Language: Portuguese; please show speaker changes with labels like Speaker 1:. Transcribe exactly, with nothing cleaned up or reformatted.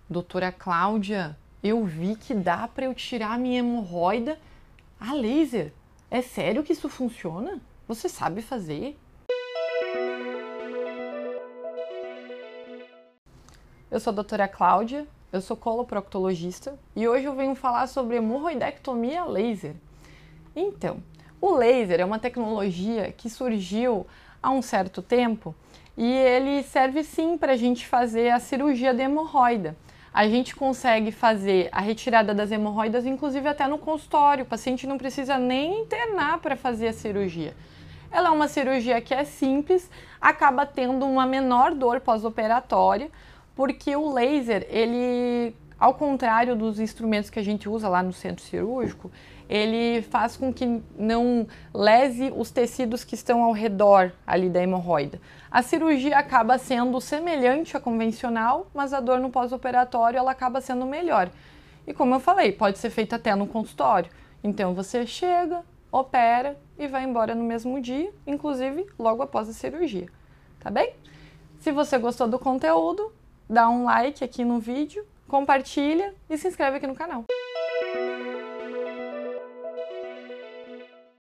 Speaker 1: Doutora Cláudia, eu vi que dá para eu tirar a minha hemorroida a laser. É sério que isso funciona? Você sabe fazer? Eu sou a doutora Cláudia, eu sou coloproctologista e hoje eu venho falar sobre hemorroidectomia laser. Então, o laser é uma tecnologia que surgiu há um certo tempo e ele serve sim para a gente fazer a cirurgia de hemorroida. A gente consegue fazer a retirada das hemorroidas, inclusive até no consultório. O paciente não precisa nem internar para fazer a cirurgia. Ela é uma cirurgia que é simples, acaba tendo uma menor dor pós-operatória, porque o laser, ele, ao contrário dos instrumentos que a gente usa lá no centro cirúrgico, ele faz com que não lese os tecidos que estão ao redor ali da hemorroida. A cirurgia acaba sendo semelhante à convencional, mas a dor no pós-operatório ela acaba sendo melhor. E como eu falei, pode ser feita até no consultório. Então você chega, opera e vai embora no mesmo dia, inclusive logo após a cirurgia, tá bem? Se você gostou do conteúdo, dá um like aqui no vídeo, compartilha e se inscreve aqui no canal.